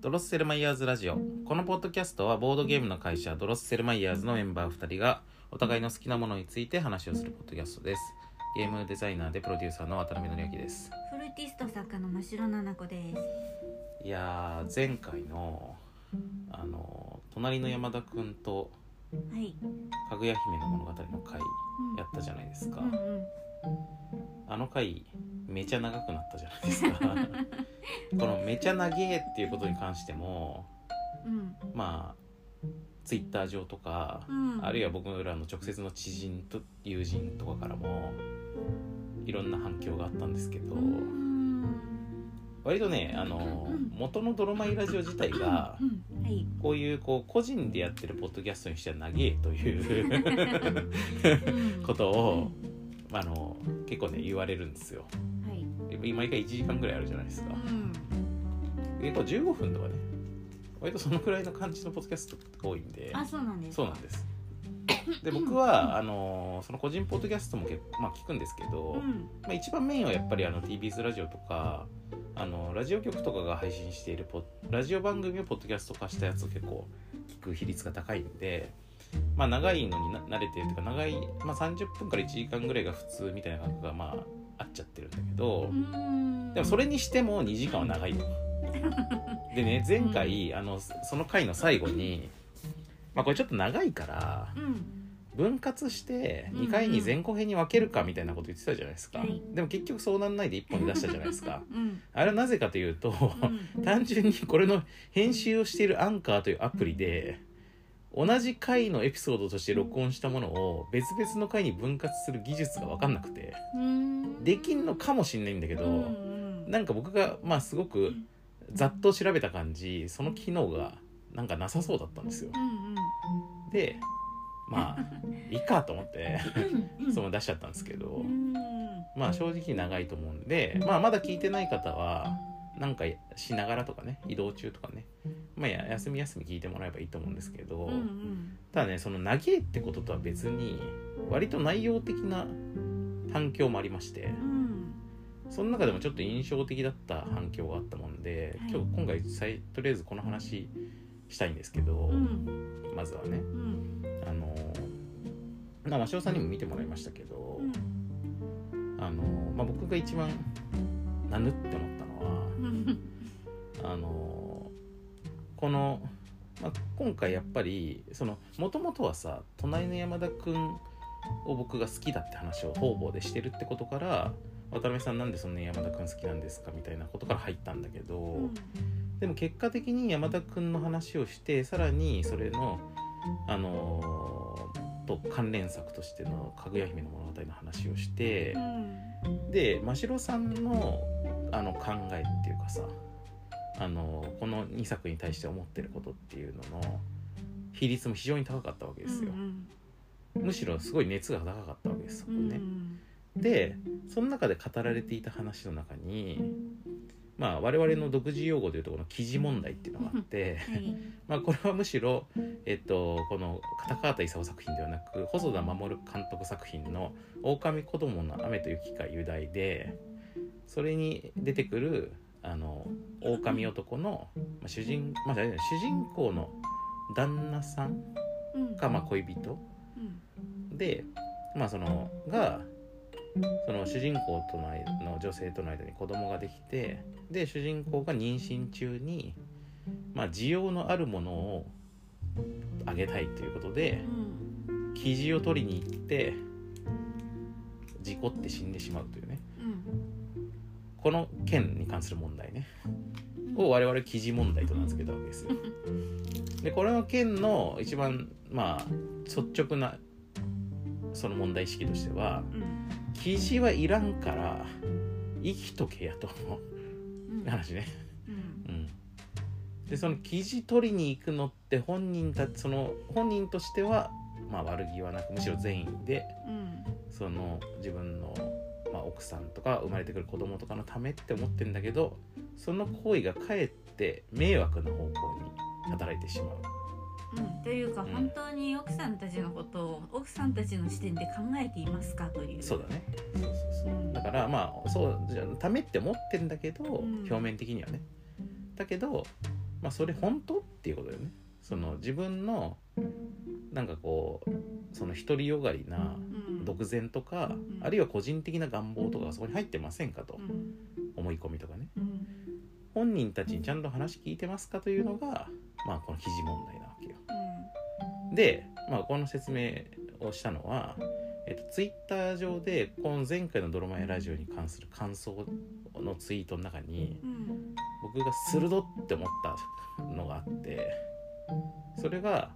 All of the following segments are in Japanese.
ドロッセルマイヤーズラジオ。このポッドキャストはボードゲームの会社ドロッセルマイヤーズのメンバー2人がお互いの好きなものについて話をするポッドキャストです。ゲームデザイナーでプロデューサーの渡辺則之です。 フルーティスト作家の真城奈々子です。 いやー、前回の隣の山田くんとかぐや姫の物語の回やったじゃないですか、あの回めちゃ長くなったじゃないですかこのめちゃ長えっていうことに関しても、まあツイッター上とか、あるいは僕らの直接の知人と友人とかからもいろんな反響があったんですけど、割とね元のドロマイラジオ自体がこういう個人でやってるポッドキャストにしては長えということを結構ね言われるんですよ。毎回1時間ぐらいあるじゃないですか、結構15分とかね、割とそのくらいの感じのポッドキャストが多いんで。 そうなんです。 そうなんです。で僕はその個人ポッドキャストも聞くんですけど、一番メインはやっぱりTBS ラジオとかラジオ局とかが配信しているラジオ番組をポッドキャスト化したやつを結構聞く比率が高いんで、長いのに慣れてるというか、長い、30分から1時間ぐらいが普通みたいな感覚があっちゃってるんだけど、でもそれにしても2時間は長いよでね、前回その回の最後にこれちょっと長いから分割して2回に前後編に分けるかみたいなこと言ってたじゃないですか、でも結局そうなんないで1本に出したじゃないですかあれはなぜかというと単純にこれの編集をしているアンカーというアプリで同じ回のエピソードとして録音したものを別々の回に分割する技術が分かんなくて、できんのかもしんないんだけど、なんか僕がすごくざっと調べた感じ、その機能がなんかなさそうだったんですよ。でいいかと思ってその出しちゃったんですけど、正直長いと思うんで、まだ聞いてない方はなんかしながらとかね、移動中とかね、休み聞いてもらえばいいと思うんですけど、ただね、その長いってこととは別に割と内容的な反響もありまして、その中でもちょっと印象的だった反響があったもんで、今回とりあえずこの話したいんですけど、まずはね、真城さんにも見てもらいましたけど、僕が一番なぬって思ったのはこの、今回やっぱりもともとはさ、隣の山田くんを僕が好きだって話を方々でしてるってことから、渡辺さんなんでそんな山田くん好きなんですかみたいなことから入ったんだけど、でも結果的に山田くんの話をして、さらにそれの関連作としてのかぐや姫の物語の話をして、で真城さんの考えっていうかさ、この2作に対して思ってることっていうのの比率も非常に高かったわけですよ、むしろすごい熱が高かったわけです、そこね。でその中で語られていた話の中に、我々の独自用語でいうとこの記事問題っていうのがあってこれはむしろ、この高畑勲作品ではなく細田守監督作品の狼子供の雨と雪が由来で、それに出てくる狼男の主人公の旦那さんか恋人で、その主人公との女性との間に子供ができて、で主人公が妊娠中に需要のあるものをあげたいということで、生地を取りに行って事故って死んでしまうというね、この件に関する問題ねを我々生地問題と名付けたわけですよ。でこれの件の一番率直なその問題意識としては、生地はいらんから生きとけやと話ね、でその生地取りに行くのって本人としては悪気はなく、むしろ善意で、その自分の、奥さんとか生まれてくる子供とかのためって思ってるんだけど、その行為がかえって迷惑な方向に働いてしまう、 というか、本当に奥さんたちのことを奥さんたちの視点で考えていますかという。 そうだね、そうだからそうじゃためって思ってるんだけど、表面的にはね、だけどまあそれ本当っていうことだよね。その自分のなんかこうその独りよがりな独善とか、あるいは個人的な願望とかがそこに入ってませんかと、思い込みとかね、本人たちにちゃんと話聞いてますかというのが、まあこの記事問題なわけよ。で、まあこの説明をしたのは、ツイッター上でこの前回のドロマイラジオに関する感想のツイートの中に、僕が鋭って思ったのがあって、それが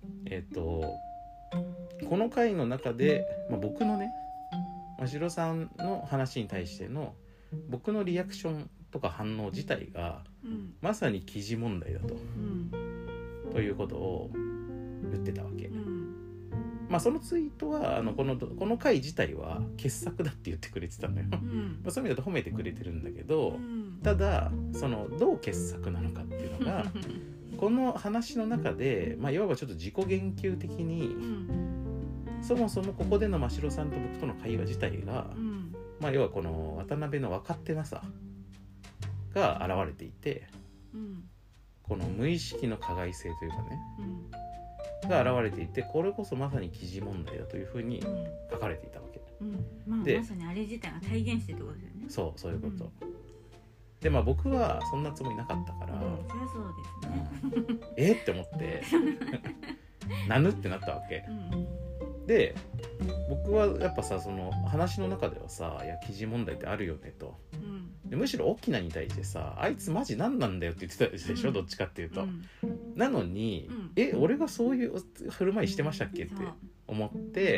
この回の中で、まあ、僕のね真城さんの話に対しての僕のリアクションとか反応自体が、まさに記事問題だと、ということを言ってたわけ、まあそのツイートはこの回自体は傑作だって言ってくれてたのよ、まあそういう意味だと褒めてくれてるんだけど、ただそのどう傑作なのかっていうのがこの話の中で、まあ、いわばちょっと自己言及的に、そもそもここでの真城さんと僕との会話自体が、まあ、要はこの渡辺の分かってなさが現れていて、この無意識の加害性というかね、が現れていて、これこそまさに記事問題だというふうに書かれていたわけ、 まあ、まさにあれ自体が体現してってことですよね。 そういうこと、でまあ僕はそんなつもりなかったから、 そりゃそうですね、 って思ってなぬってなったわけ、で僕はやっぱさ、その話の中ではさ、いや記事問題ってあるよねと、でむしろ沖縄に対してさ、あいつマジ何なんだよって言ってたでしょ、どっちかっていうと、なのに、俺がそういう振る舞いしてましたっけって思って、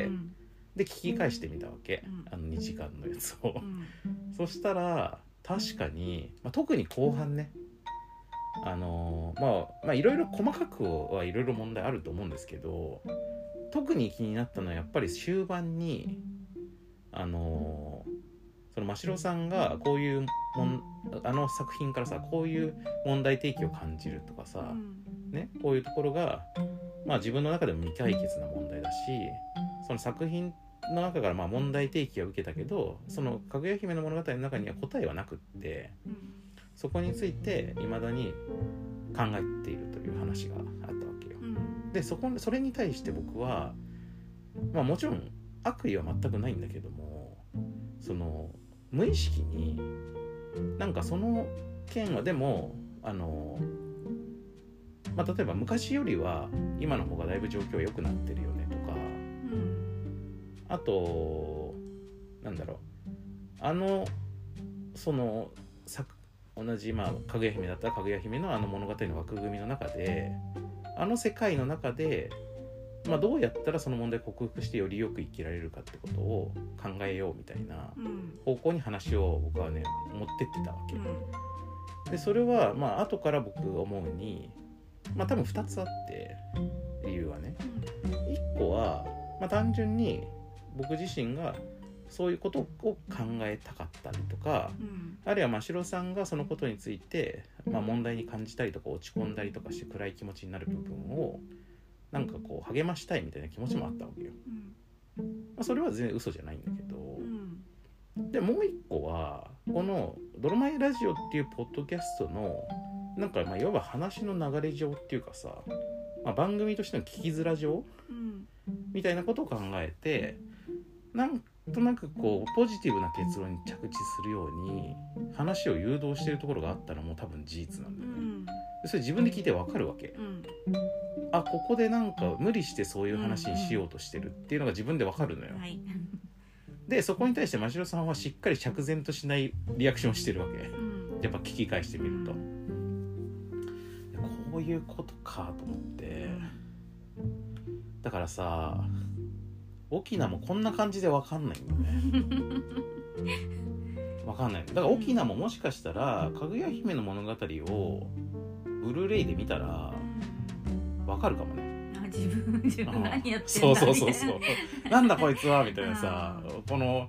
で聞き返してみたわけ、2時間のやつを、そしたら確かに、まあ、特に後半ね、まあいろいろ細かくはいろいろ問題あると思うんですけど、特に気になったのはやっぱり終盤にその真城さんがこういう作品からさ、こういう問題提起を感じるとかさ、ね、こういうところが、まあ、自分の中でも未解決な問題だし、その作品の中からまあ問題提起は受けたけど、そのかぐや姫の物語の中には答えはなくって、そこについて未だに考えているという話があったわけよ、でそれに対して僕は、まあ、もちろん悪意は全くないんだけども、その無意識になんかその件はでもまあ、例えば昔よりは今の方がだいぶ状況良くなってるよねとか、あとなんだろう、その同じまあかぐや姫だったらかぐや姫の物語の枠組みの中で、世界の中で、まあ、どうやったらその問題を克服してよりよく生きられるかってことを考えようみたいな方向に話を僕はね持ってってたわけ、でそれはまあ後から僕思うに、まあ多分2つあって、理由はね、1個は、まあ、単純に僕自身がそういうことを考えたかったりとか、あるいは真城さんがそのことについて、まあ、問題に感じたりとか落ち込んだりとかして暗い気持ちになる部分をなんかこう励ましたいみたいな気持ちもあったわけよ、まあ、それは全然嘘じゃないんだけど、でもう一個はこのドロマイラジオっていうポッドキャストのなんかまあいわば話の流れ上っていうかさ、まあ、番組としての聞きづら上、みたいなことを考えて、なんとなくこうポジティブな結論に着地するように話を誘導しているところがあったのも多分事実なんだよね、それ自分で聞いて分かるわけ、あ、ここでなんか無理してそういう話にしようとしてるっていうのが自分で分かるのよ、でそこに対して真城さんはしっかり釈然としないリアクションをしてるわけ、やっぱ聞き返してみると、こういうことかと思って、だからさ、沖縄もこんな感じで分かんないんだね分かんない。だから沖縄ももしかしたらかぐや姫の物語をブルーレイで見たら分かるかもね。 自分何やってんだそうなんだこいつはみたいなさ、この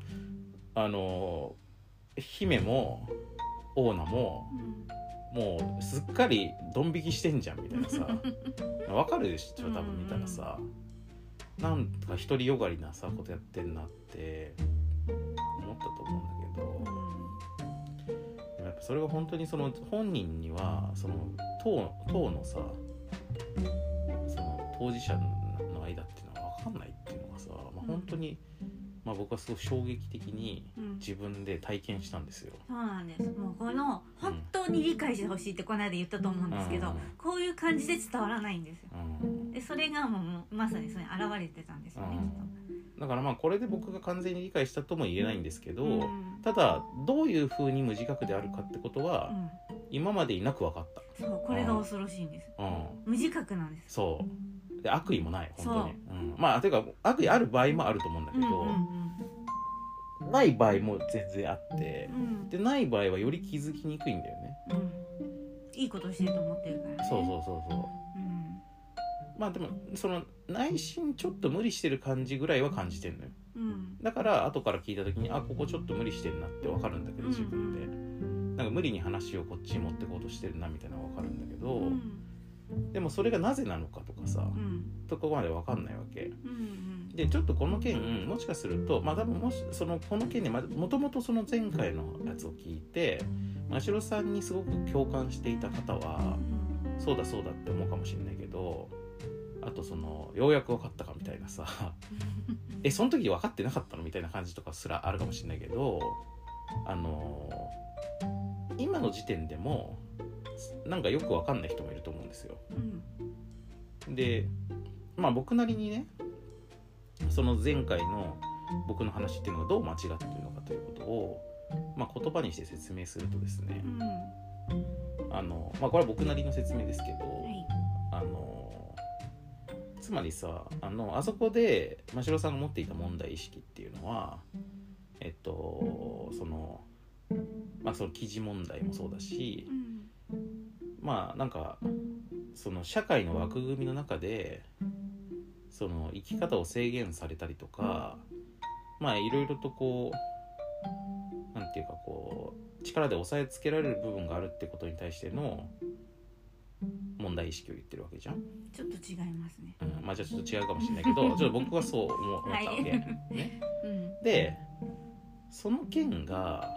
姫もオーナも、もうすっかりドン引きしてんじゃんみたいなさ分かるでしょ多分見たらさ、なんか独りよがりなさことやってんなって思ったと思うんだけど、やっぱそれが本当にその本人にはその党のさその当事者の間っていうのは分かんないっていうのがさ、本当に、僕はすごい衝撃的に自分で体験したんですよ、 そうなんです。もうこの本当に理解してほしいってこの間言ったと思うんですけど、こういう感じで伝わらないんですよ、でそれがもうまさにそれに現れてたんですよね、 だからこれで僕が完全に理解したとも言えないんですけど、ただどういう風に無自覚であるかってことは、今までになく分かった。 そうこれが恐ろしいんです、無自覚なんです。 そうで悪意もない本当に、ていうか悪意ある場合もあると思うんだけど、ない場合も全然あって、でない場合はより気づきにくいんだよね、 いいことしてると思ってるからね。 そう、でもその内心ちょっと無理してる感じぐらいは感じてんのよ、だから後から聞いた時にここちょっと無理してるなって分かるんだけど、自分でなんか無理に話をこっちに持ってこうとしてるなみたいなのが分かるんだけど、でもそれがなぜなのかとかさ、とこまで分かんないわけ、でちょっとこの件もしかすると多分この件でもともとその前回のやつを聞いて真城さんにすごく共感していた方は、そうだって思うかもしれないけど、あとようやく分かったかみたいなさその時分かってなかったのみたいな感じとかすらあるかもしれないけど、今の時点でもなんかよく分かんない人もいると思うんですよ、で僕なりにねその前回の僕の話っていうのがどう間違っているのかということを、言葉にして説明するとですね、これは僕なりの説明ですけど、つまりさあそこで真城さんが持っていた問題意識っていうのはその記事問題もそうだし、なんかその社会の枠組みの中でその生き方を制限されたりとか、いろいろとなんていうか力で押さえつけられる部分があるってことに対しての問題意識を言ってるわけじゃん。 ちょっと違いますね、 じゃあちょっと違うかもしれないけどちょっと僕はそう思ったわけ、ねでその件が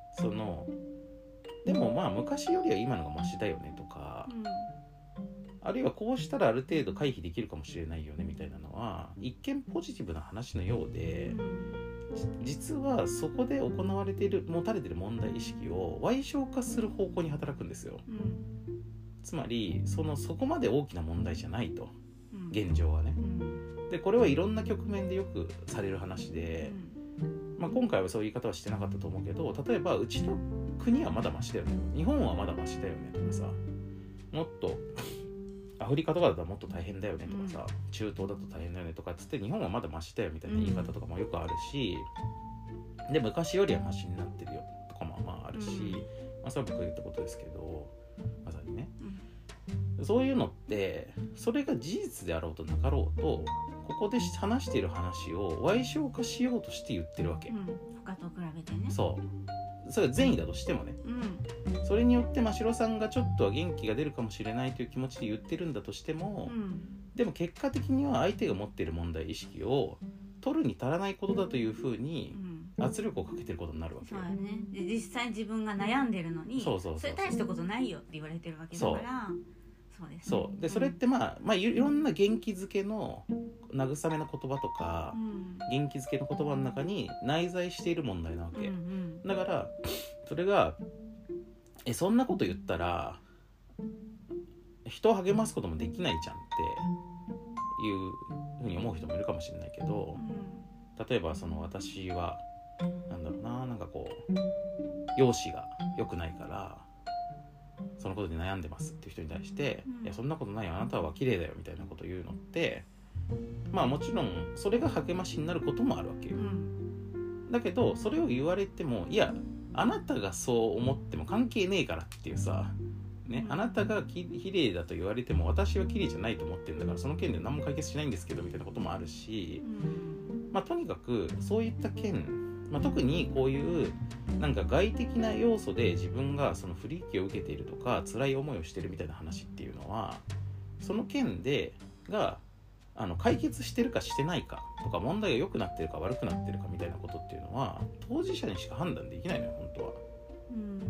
でも昔よりは今のがマシだよねとか、あるいはこうしたらある程度回避できるかもしれないよねみたいなのは一見ポジティブな話のようで、実はそこで行われている持たれている問題意識を歪償化する方向に働くんですよ、つまりそこまで大きな問題じゃないと、現状はね、でこれはいろんな局面でよくされる話で、今回はそういう言い方はしてなかったと思うけど、例えばうちの国はまだマシだよね、日本はまだマシだよねとかさ、もっとアフリカとかだともっと大変だよねとかさ、中東だと大変だよねとかっつって日本はまだマシだよみたいな言い方とかもよくあるし、で昔よりはマシになってるよとかもあるし、それは僕が言ったことですけど、まさにね、そういうのってそれが事実であろうとなかろうとここで話している話を歪償化しようとして言ってるわけ、 他と比べてね。 それが善意だとしてもね、それによって真城さんがちょっとは元気が出るかもしれないという気持ちで言ってるんだとしても、でも結果的には相手が持っている問題意識を取るに足らないことだというふうに圧力をかけてることになるわけよ、 そうだね。で実際自分が悩んでるのにそれ大したことないよって言われてるわけだから、そうですね。 そうでそれっていろんな元気づけの慰めの言葉とか、元気づけの言葉の中に内在している問題なわけ、だからそれがそんなこと言ったら人を励ますこともできないじゃんっていうふうに思う人もいるかもしれないけど、例えば私はなんか容姿が良くないからそのことで悩んでますっていう人に対して、いやそんなことないよ、あなたは綺麗だよみたいなことを言うのって、もちろんそれが励ましになることもあるわけよ、だけどそれを言われても、いやあなたがそう思っても関係ねえからっていうさ、あなたが綺麗だと言われても私は綺麗じゃないと思ってるんだからその件で何も解決しないんですけどみたいなこともあるし、とにかくそういった件、特にこういうなんか外的な要素で自分がその不利益を受けているとか辛い思いをしているみたいな話っていうのは、その件が解決してるかしてないかとか、問題が良くなってるか悪くなってるかみたいなことっていうのは当事者にしか判断できないのよ本当は。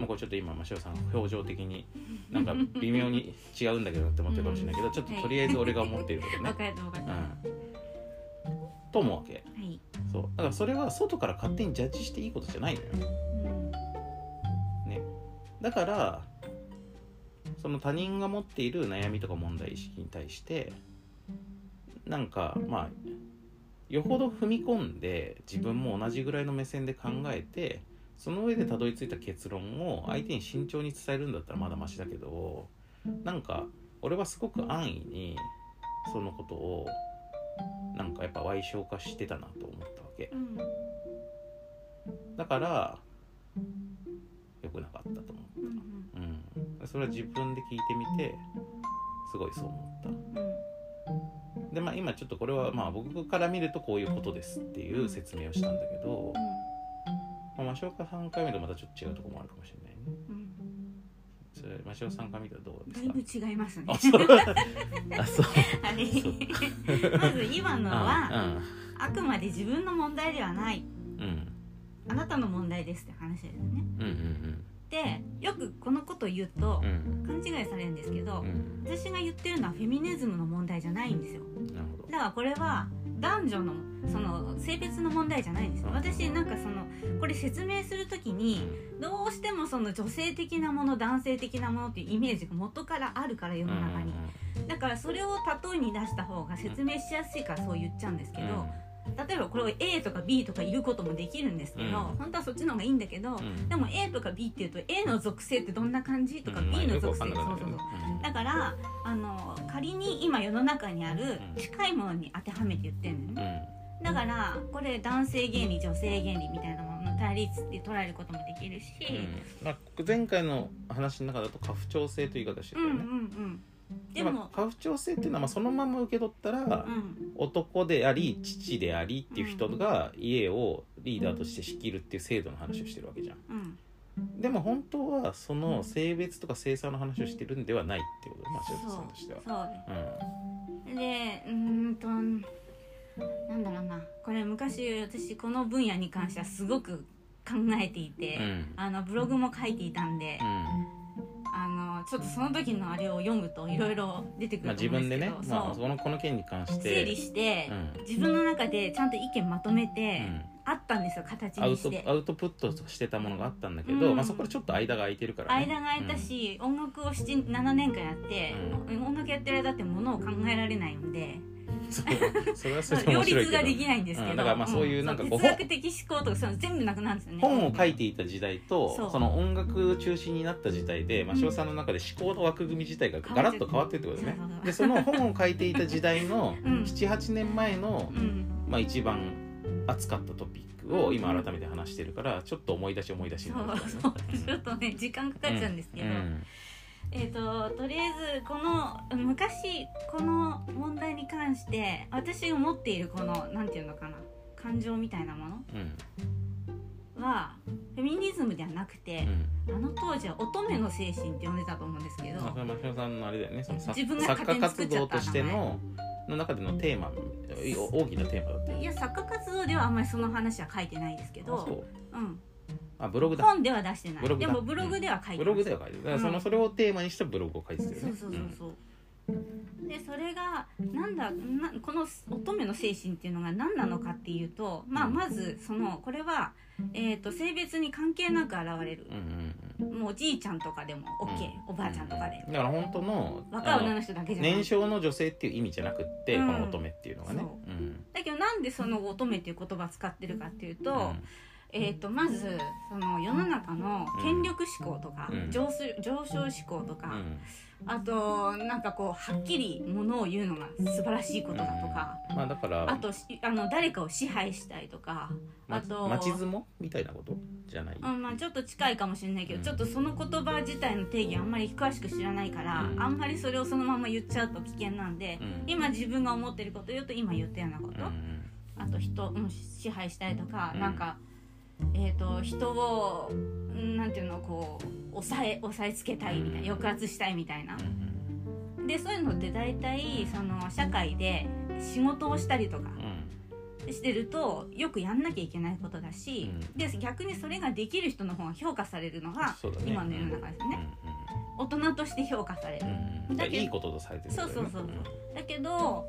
これちょっと今真汐さん表情的になんか微妙に違うんだけどって思ってるかもしれないけど、ちょっととりあえず俺が思っていることね、 分かった分かった、 と思うわけ、 はい、 そうだからそれは外から勝手にジャッジしていいことじゃないのよ、ね、だからその他人が持っている悩みとか問題意識に対してなんかまあよほど踏み込んで自分も同じぐらいの目線で考えてその上でたどり着いた結論を相手に慎重に伝えるんだったらまだマシだけど、なんか俺はすごく安易にそのことをなんかやっぱ歪小化してたなと思ったわけ、だから良くなかったと思った、それは自分で聞いてみてすごいそう思った、でまあ今ちょっとこれはまあ僕から見るとこういうことですっていう説明をしたんだけど、真汐さんから見るとまたちょっと違うところもあるかもしれないね、それ真汐さんから見たらどうですか？ だいぶ違いますね。 あ、そうあれまず今のは、あくまで自分の問題ではない、あなたの問題ですって話ですよね、でよくこのことを言うと勘違いされるんですけど、私が言ってるのはフェミニズムの問題じゃないんですよ。 なるほど。 だからこれは男女のその性別の問題じゃないんですよ。私なんかそのこれ説明するときにどうしてもその女性的なもの男性的なものっていうイメージが元からあるから世の中に、だからそれを例えに出した方が説明しやすいからそう言っちゃうんですけど、例えばこれを A とか B とかいることもできるんですけど、本当はそっちの方がいいんだけど、でも A とか B っていうと A の属性ってどんな感じとか B の属性、だから仮に今世の中にある近いものに当てはめて言ってるんだよね、だからこれ男性原理女性原理みたいなものの対立って捉えることもできるし、 前回の話の中だと家父長制という言い方してたよね、でも家父長制っていうのはまあそのまま受け取ったら、男であり父でありっていう人が家をリーダーとして仕切るっていう制度の話をしてるわけじゃん、でも本当はその性別とか性差の話をしてるんではないっていうことで、真汐さんとしてはそうで、なんだろうな、これ昔私この分野に関してはすごく考えていて、ブログも書いていたんで、ちょっとその時のあれを読むといろいろ出てくると思うんですけど、 自分でね、この件に関して整理して、自分の中でちゃんと意見まとめて、あったんですよ、形にしてアウトプットしてたものがあったんだけど、そこでちょっと間が空いてるからね、 間が空いたし、音楽を7年間やって、音楽やってる間ってものを考えられないんでそれはそれで面白いけど両立ができないんですけど、 だからまあそういうなんか哲学的思考とかそういうの全部なくなるんですよね。 本を書いていた時代とその音楽中心になった時代で真汐さんの中で思考の枠組み自体がガラッと変わってるってことですね。でその本を書いていた時代の 7,8 年前の、一番熱かったトピックを今改めて話してるからちょっと思い出しになるからね。 そうちょっとね時間かかっちゃうんですけど、とりあえずこの昔この問題に関して私が持っているこのなんていうのかな、感情みたいなものはフェミニズムではなくて、あの当時は乙女の精神って呼んでたと思うんですけど、 真汐さんのあれだよね、その自分が作家活動としての中でのテーマ、大きなテーマだった。 いや作家活動ではあんまりその話は書いてないですけど、 ブログだ。 本では出してない。でもブログでは書いてる。 ブログでは書いてる。だからそれをテーマにしたブログを書いてるよね。 そう。でそれがこの乙女の精神っていうのが何なのかっていうと、まずこれは性別に関係なく現れる。もうおじいちゃんとかでも OK、おばあちゃんとかで。 だから本当の若い女の人だけじゃない。 年少の女性っていう意味じゃなくって、この乙女っていうのがね。 だけどなんでその乙女っていう言葉を使ってるかっていうと。まずその世の中の権力志向とか、上昇志向とか、あとなんかこうはっきりものを言うのが素晴らしいことだとか、 だからあと誰かを支配したいとか、あと町相撲みたいなことじゃない、 ちょっと近いかもしれないけど、ちょっとその言葉自体の定義あんまり詳しく知らないから、あんまりそれをそのまま言っちゃうと危険なんで、今自分が思ってることを言うと今言ったようなこと、あと人を支配したいとか、なんか人をなんていうのこう押さえつけたいみたいな、抑圧したいみたいな、でそういうのって大体その社会で仕事をしたりとか、 してるとよくやんなきゃいけないことだし、で逆にそれができる人の方が評価されるのが今の世の中ですね。大人として評価される、 だけどいいこととされてる、ね、 そう、だけど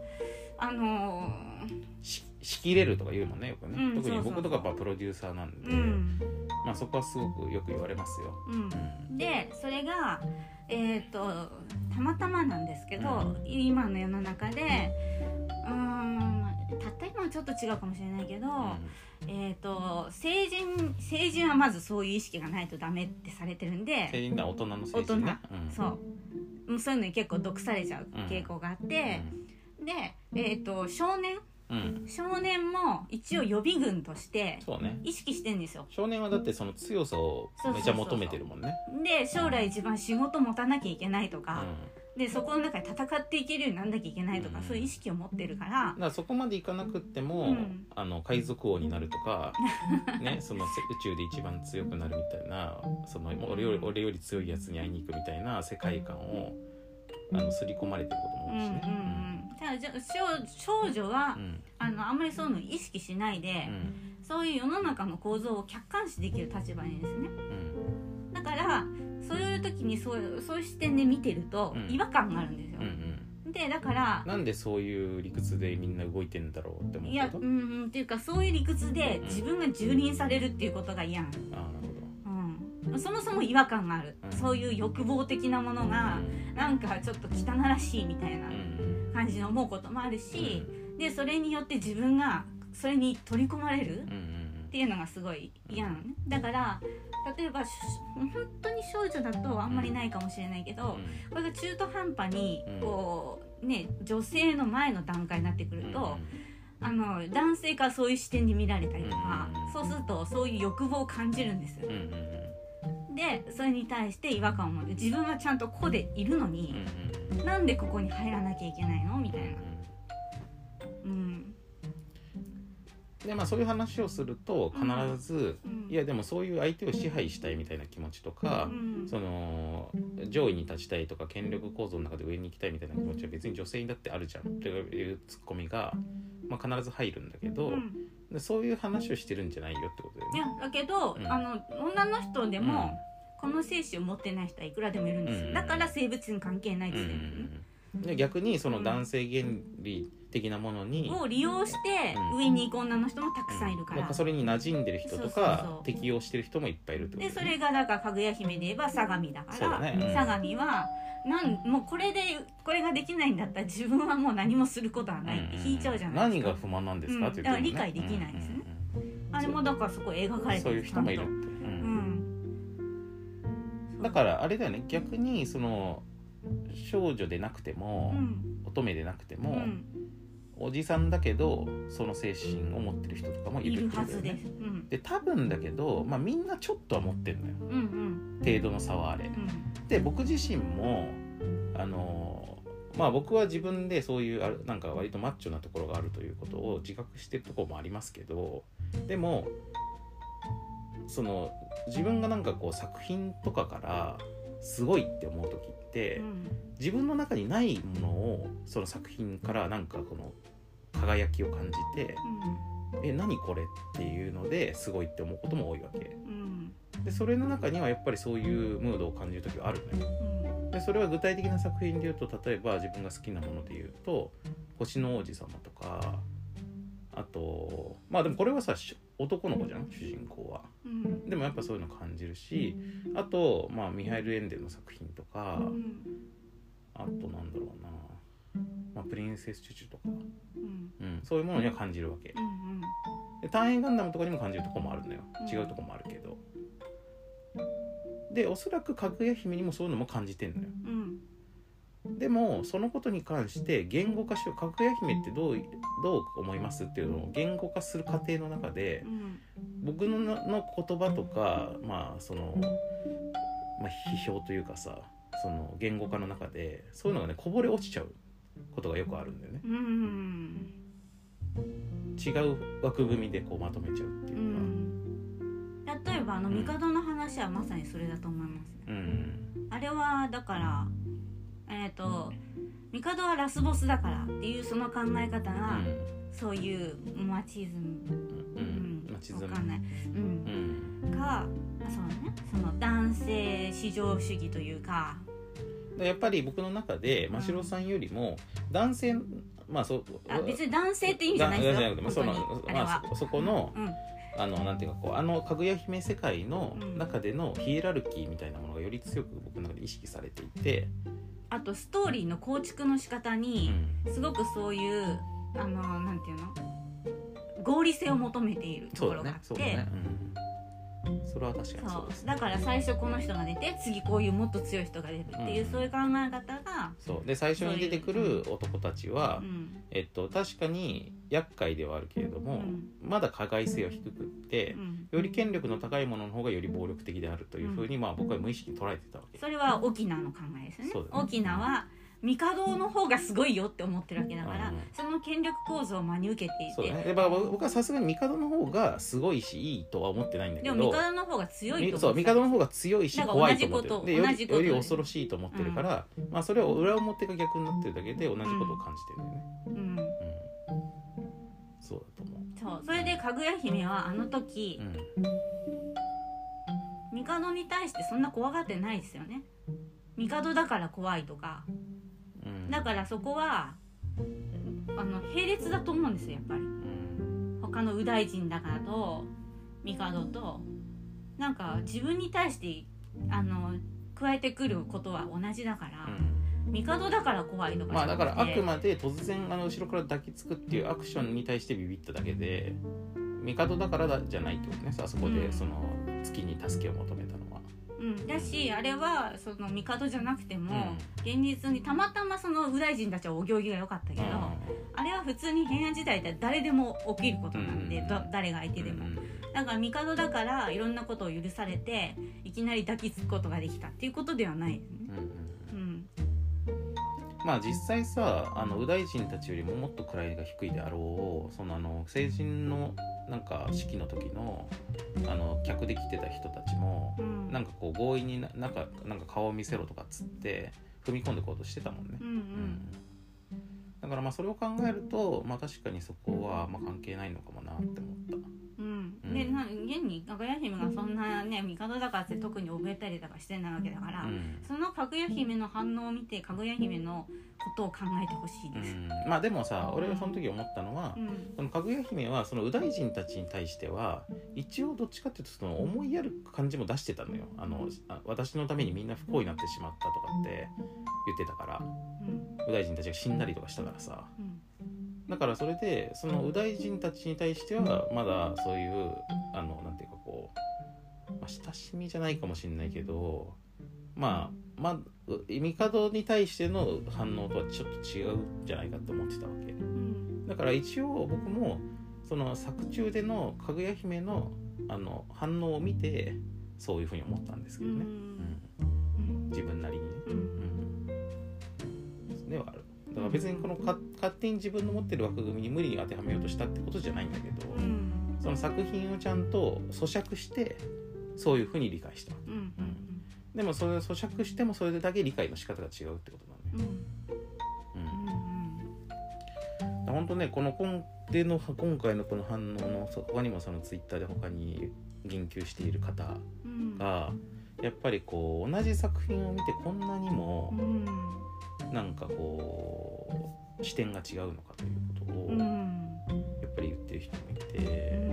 仕切れるとか言うもんねよくね、特に僕とかプロデューサーなんで、まあ、そこはすごくよく言われますよ、 でそれがたまたまなんですけど、今の世の中でたった今はちょっと違うかもしれないけど、成人はまずそういう意識がないとダメってされてるんで、 成人は大人の成人ね、 そういうのに結構毒されちゃう傾向があって、で、少年も一応予備軍として意識してるんですよ。 少年はだってその強さをめちゃ求めてるもんね。 で将来一番仕事持たなきゃいけないとか、でそこの中で戦っていけるようになんなきゃいけないとか、そういう意識を持ってるから、 だからそこまでいかなくっても、海賊王になるとかね、その宇宙で一番強くなるみたいな、その俺より強いやつに会いに行くみたいな世界観を刷り込まれてることも多いしね。 少女は、あんまりそういうのを意識しないで、そういう世の中の構造を客観視できる立場にいるんですね、だからそういう時にそういう視点で見てると違和感があるんですよ、でだからなんでそういう理屈でみんな動いてんだろうって思うけど、 っていうかそういう理屈で自分が蹂躙されるっていうことが嫌なの。そもそも違和感がある、そういう欲望的なものがなんかちょっと汚らしいみたいな感じに思うこともあるし、でそれによって自分がそれに取り込まれるっていうのがすごい嫌なのね。だから例えば本当に少女だとあんまりないかもしれないけど、これが中途半端にこうね女性の前の段階になってくると、男性からそういう視点で見られたりとか、そうするとそういう欲望を感じるんです。でそれに対して違和感を持って、自分はちゃんとここでいるのに、なんでここに入らなきゃいけないのみたいな、 でまあそういう話をすると必ず、いやでもそういう相手を支配したいみたいな気持ちとか、その上位に立ちたいとか権力構造の中で上に行きたいみたいな気持ちは別に女性にだってあるじゃんっていうツッコミが、まあ、必ず入るんだけど、でそういう話をしてるんじゃないよってことだよね。 いやだけど、女の人でも、この精子を持ってない人はいくらでもいるんですよ、だから生物に関係ないですよ、 で逆にその男性原理的なものに、 を利用して上に行く女の人もたくさんいるから、 それに馴染んでる人とか適応してる人もいっぱいいるってことで、それがだからかぐや姫で言えば相模だから、相模はもうこれができないんだったら自分はもう何もすることはないって引いちゃうじゃないですか。 何が不満なんですかって言ってもね、だから理解できないですね、あれもだからそこ描かれてる、 そういう人もいるって、だからあれだよね、逆にその少女でなくても、乙女でなくても、おじさんだけどその精神を持ってる人とかもいるってことだよね。いるはずです、で多分だけど、まあ、みんなちょっとは持ってるのよ、程度の差はあれ、で僕自身もまあ僕は自分でそういうなんか割とマッチョなところがあるということを自覚してるところもありますけど、でもその自分がなんかこう作品とかからすごいって思う時って、自分の中にないものをその作品からなんかこの輝きを感じて、何これっていうのですごいって思うことも多いわけ、でそれの中にはやっぱりそういうムードを感じる時はあるのよ、でそれは具体的な作品で言うと、例えば自分が好きなもので言うと星の王子様とか、あとまあでもこれはさ男の子じゃん主人公は、でもやっぱそういうの感じるし、あとまあミハイル・エンデルの作品とか、あとなんだろうな、まあ、プリンセス・チュチュとか、そういうものには感じるわけ、で単影ガンダムとかにも感じるところもあるのよ、違うところもあるけど、でおそらくかぐや姫にもそういうのも感じてんのよ、でもそのことに関して言語化しよう、かぐや姫ってどう思いますっていうのを言語化する過程の中で、僕の言葉とか、まあその、批評というかさ、その言語化の中でそういうのがねこぼれ落ちちゃうことがよくあるんだよね、違う枠組みでこうまとめちゃうっていうか、 例えば帝の話はまさにそれだと思いますね、あれはだから帝はラスボスだからっていうその考え方が、 そういうマチズム、 マチズムわかんない、か、そうね、その男性至上主義というか、 やっぱり僕の中で真城さんよりも男性、 別に男性って意味じゃないですよ。 そこの、なんていうかこうかぐや姫世界の中でのヒエラルキーみたいなものがより強く僕の中で意識されていて、 あとストーリーの構築の仕方にすごくそういうなんていうの、合理性を求めているところがあって、 それは確かにそうです、 だから最初この人が出て次こういうもっと強い人が出るっていう、そういう考え方がそうで、最初に出てくる男たちは、確かに厄介ではあるけれども、まだ加害性は低くって、より権力の高いものの方がより暴力的であるというふうに、僕は無意識に捉えてたわけ。 それは沖縄の考えですよね。沖縄は帝の方がすごいよって思ってるわけだから、その権力構造を真に受けていて、 そうね、で僕はさすがに帝の方がすごいしいいとは思ってないんだけど、 でも帝の方が強いと思って、 そう、帝の方が強いし怖いと思ってる、でより恐ろしいと思ってるから、それを裏表が逆になってるだけで同じことを感じてるんだよね。そうだと思う。 そう、それでかぐや姫はあの時、帝に対してそんな怖がってないですよね。帝だから怖いとか、だからそこは並列だと思うんですよ、やっぱり。他の右大臣だからと帝となんか自分に対して加えてくることは同じだから、帝だから怖いとかじゃなくて、 だからあくまで突然後ろから抱きつくっていうアクションに対してビビっただけで、帝だからじゃないってことね。あそこでその月に助けを求めたのは。 だし、あれはその帝じゃなくても、現実にたまたまその右大臣たちはお行儀が良かったけど、あれは普通に平安時代で誰でも起きることなんで、誰が相手でも、だから帝だからいろんなことを許されていきなり抱きつくことができたっていうことではないですね。 実際さ、右大臣たちよりももっと位が低いであろう、その成人のなんか式の時の客で来てた人たちも、なんかこう強引になんか顔を見せろとかっつって踏み込んでこうとしてたもんね。だからそれを考えると、確かにそこは関係ないのかもなって思った。 で現にかぐや姫がそんなね帝だからって特に怯えたりとかしてないわけだから、そのかぐや姫の反応を見てかぐや姫のことを考えてほしいです。 でもさ、俺がその時思ったのは、そのかぐや姫はその右大臣たちに対しては一応どっちかっていうとその思いやる感じも出してたのよ。私のためにみんな不幸になってしまったとかって言ってたから、右大臣たちが死んだりとかしたからさ、だからそれでその右大臣たちに対してはまだそういうなんていうかこう、親しみじゃないかもしれないけど、帝に対しての反応とはちょっと違うんじゃないかと思ってたわけ。だから一応僕もその作中でのかぐや姫の反応を見てそういうふうに思ったんですけどね。自分なりにね。ではある。だから別にこの勝手に自分の持ってる枠組みに無理に当てはめようとしたってことじゃないんだけど、その作品をちゃんと咀嚼してそういうふうに理解したわけ。でもそれを咀嚼してもそれだけ理解の仕方が違うってことなんだよ。本当ね、この今回のこの反応の他にもそのツイッターで他に言及している方が、やっぱりこう同じ作品を見てこんなにもなんかこう視点が違うのかということをやっぱり言ってる人もいて、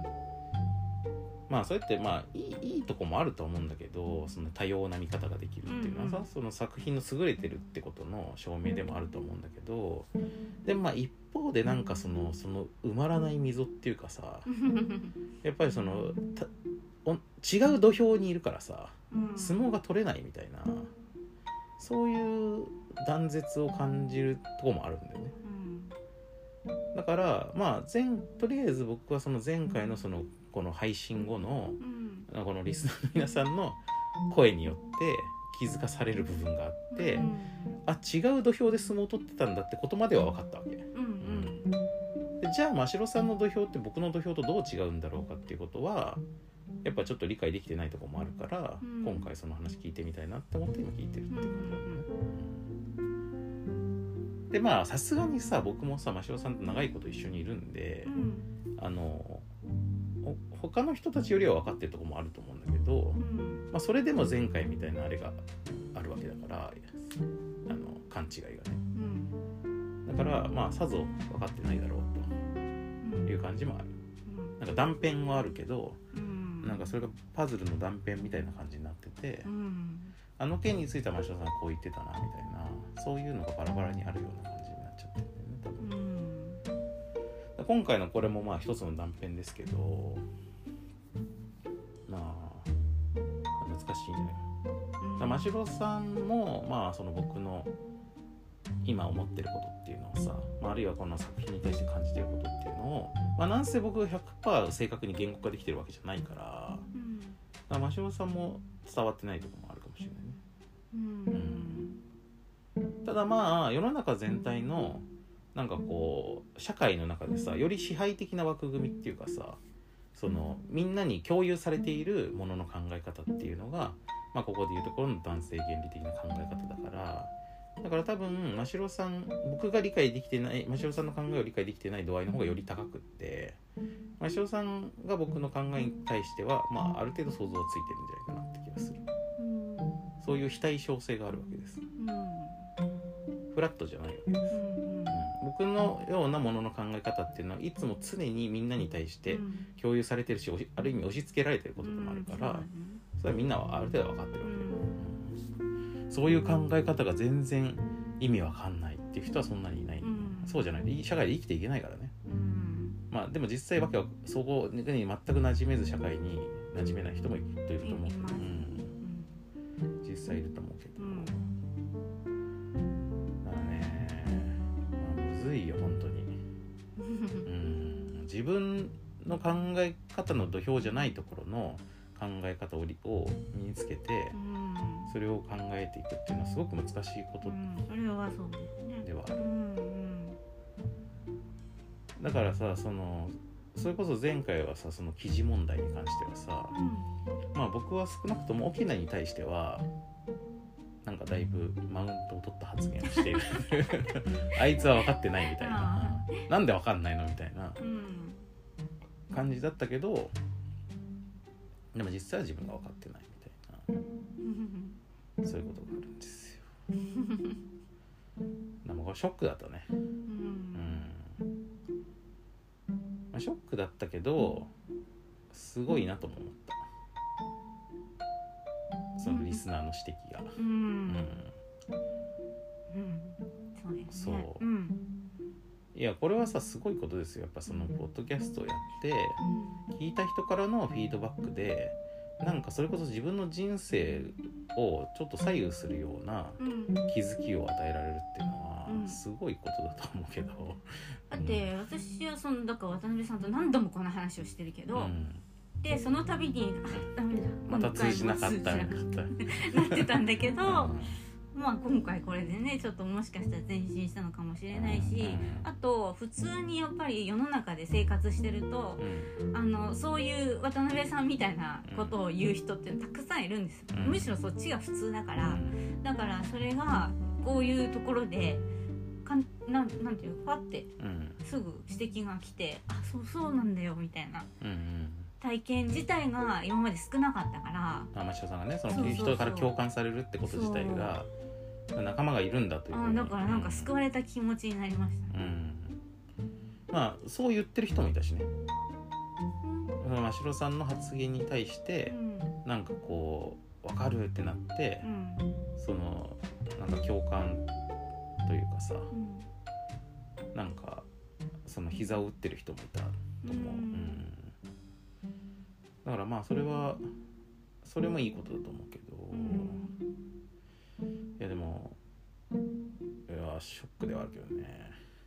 それっていいとこもあると思うんだけど、その多様な見方ができるっていうのはさ、その作品の優れてるってことの証明でもあると思うんだけど、で一方でなんかその埋まらない溝っていうかさやっぱりその違う土俵にいるからさ、相撲が取れないみたいな、そういう断絶を感じるところもあるんだよね。だからとりあえず僕はその前回のこの配信後のこのリスナーの皆さんの声によって気づかされる部分があって、違う土俵で相撲を取ってたんだってことまでは分かったわけ。でじゃあ真城さんの土俵って僕の土俵とどう違うんだろうかっていうことはやっぱちょっと理解できてないところもあるから、今回その話聞いてみたいなって思って今聞いてるっていう感じだね。 でまあさすがにさ僕もさ真城さんと長いこと一緒にいるんで、他の人たちよりは分かってるところもあると思うんだけど、まあ、それでも前回みたいなあれがあるわけだから勘違いがね、だからまあさぞ分かってないだろうという感じもある。なんか断片はあるけど、なんかそれがパズルの断片みたいな感じになってて、あの件については真城さんこう言ってたなみたいな、そういうのがバラバラにあるような感じになっちゃってるんだよね多分。今回のこれもまあ一つの断片ですけど、まあ難しいんじゃないかな。真城さんもまあその僕の今思ってることっていうのをさ、あるいはこの作品に対して感じてることっていうのを、なんせ僕 100% 正確に言語化できてるわけじゃないから、真城さんも伝わってないところもあるかもしれないね。ただまあ世の中全体のなんかこう社会の中でさ、より支配的な枠組みっていうかさ、そのみんなに共有されているものの考え方っていうのが、ここでいうところの男性原理的な考え方だから、多分真城さん、僕が理解できてない真城さんの考えを理解できてない度合いの方がより高くって、真城さんが僕の考えに対しては、ある程度想像はついてるんじゃないかなって気がする。そういう非対称性があるわけです。フラットじゃないわけです。僕のようなものの考え方っていうのはいつも常にみんなに対して共有されてるし、ある意味押し付けられてることでもあるから、それはみんなはある程度分かってるわけで、そういう考え方が全然意味わかんないっていう人はそんなにいない、そうじゃないと社会で生きていけないからね。でも実際わけはそこに全く馴染めず社会に馴染めない人もいると思うけど、実際いると思うけど、だからね、むずいよ本当に。自分の考え方の土俵じゃないところの考え方を身につけて、それを考えていくっていうのはすごく難しいことそれはそうですねではある。だからさ、それこそ前回はさ、その記事問題に関してはさ、僕は少なくとも沖縄に対してはなんかだいぶマウントを取った発言をしているあいつは分かってないみたいな、なんで分かんないのみたいな感じだったけど、でも実際は自分が分かってないみたいな、そういうことがあるんですよ。でもこれショックだったね。ショックだったけどすごいなとも思った、そのリスナーの指摘が。 そうですね。そう、いやこれはさすごいことですよ。やっぱそのポッドキャストをやって聞いた人からのフィードバックで、なんかそれこそ自分の人生をちょっと左右するような気づきを与えられるっていうのはすごいことだと思うけど、 だって私はだから渡辺さんと何度もこの話をしてるけど、でその度にダメだまた通じなかったなってたんだけど、今回これでねちょっともしかしたら前進したのかもしれないし、あと普通にやっぱり世の中で生活してると、そういう渡辺さんみたいなことを言う人ってたくさんいるんです。むしろそっちが普通だから、だからそれがこういうところでなんていうかパッてすぐ指摘が来て、そうなんだよみたいな体験自体が今まで少なかったから、 真城さんがねその人から共感されるってこと自体が仲間がいるんだという、 だからなんか救われた気持ちになりました、 そう言ってる人もいたしね、真城さんの発言に対して、なんかこう分かるってなって、そのなんか共感というかさ、なんかその膝を打ってる人もいたと思う、だからそれもいいことだと思うけど、いやでもショックではあるけどね、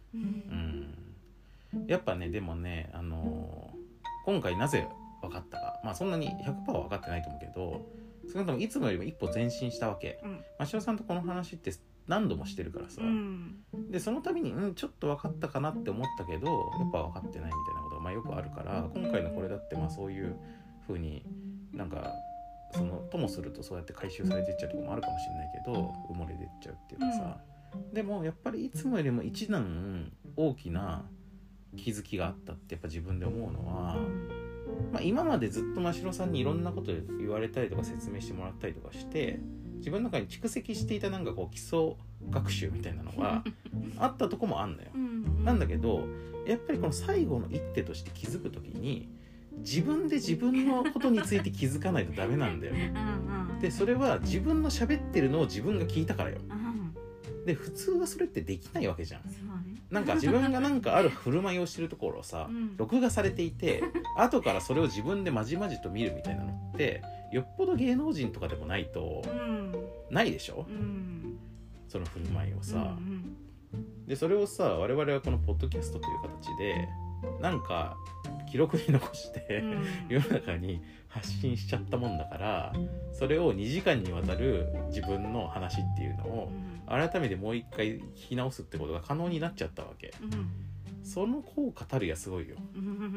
やっぱねでもね今回なぜ分かったか、そんなに 100% は分かってないと思うけど、少なくともいつもよりも一歩前進したわけ。真城さんとこの話って何度もしてるからさ、でその度にちょっと分かったかなって思ったけどやっぱ分かってないみたいなことがよくあるから、今回のこれだってそういう風になんかともするとそうやって回収されていっちゃうところもあるかもしれないけど、埋もれていっちゃうっていうかさ、 でもやっぱりいつもよりも一段大きな気づきがあったってやっぱ自分で思うのは、今までずっと真城さんにいろんなこと言われたりとか説明してもらったりとかして自分の中に蓄積していたなんかこう基礎学習みたいなのがあったとこもあんのよなんだけどやっぱりこの最後の一手として気づくときに自分で自分のことについて気づかないとダメなんだよでそれは自分の喋ってるのを自分が聞いたからよで普通はそれってできないわけじゃん、なんか自分がなんかある振る舞いをしてるところをさ、録画されていて後からそれを自分でまじまじと見るみたいなのってよっぽど芸能人とかでもないと、ないでしょ、その振る舞いをさ、でそれをさ我々はこのポッドキャストという形でなんか記録に残して、世の中に発信しちゃったもんだからそれを2時間にわたる自分の話っていうのを改めてもう一回聞き直すってことが可能になっちゃったわけ、その効果たるやすごいよ、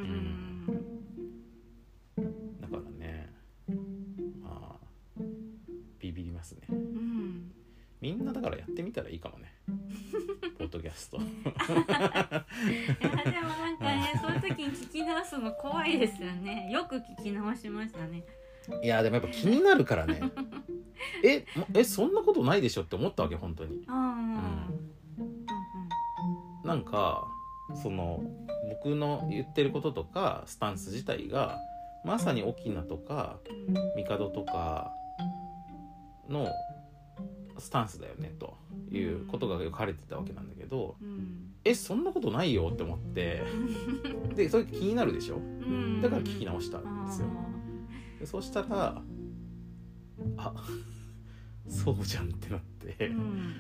だからねまあビビりますね、みんなだからやってみたらいいかもねポッドキャストいやでもなんかねそういう時に聞き直すの怖いですよね。よく聞き直しましたね。 いやでもやっぱ気になるからねそんなことないでしょって思ったわけ本当に、なんかその僕の言ってることとかスタンス自体がまさに沖縄とか帝とかのスタンスだよねということが書かれてたわけなんだけど、そんなことないよって思ってでそれ気になるでしょ、だから聞き直したんですよ。でそうしたらそうじゃんってなって、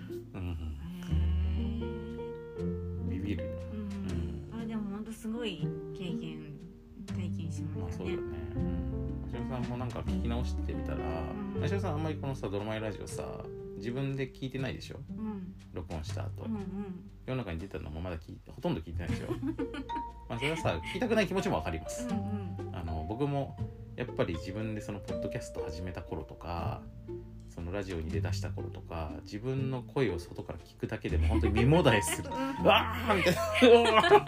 ビビるよ、 でも本当すごい体験しましたね。 そうだね。真城さんもなんか聞き直してみたら、真城さんあんまりこのさドラマイラジオさ自分で聞いてないでしょ、録音した後、世の中に出たのもまだほとんど聞いてないでしょそれはさ聞きたくない気持ちもわかります、僕もやっぱり自分でそのポッドキャスト始めた頃とかそのラジオに出だした頃とか自分の声を外から聞くだけでも本当に身もだえするわーみたいな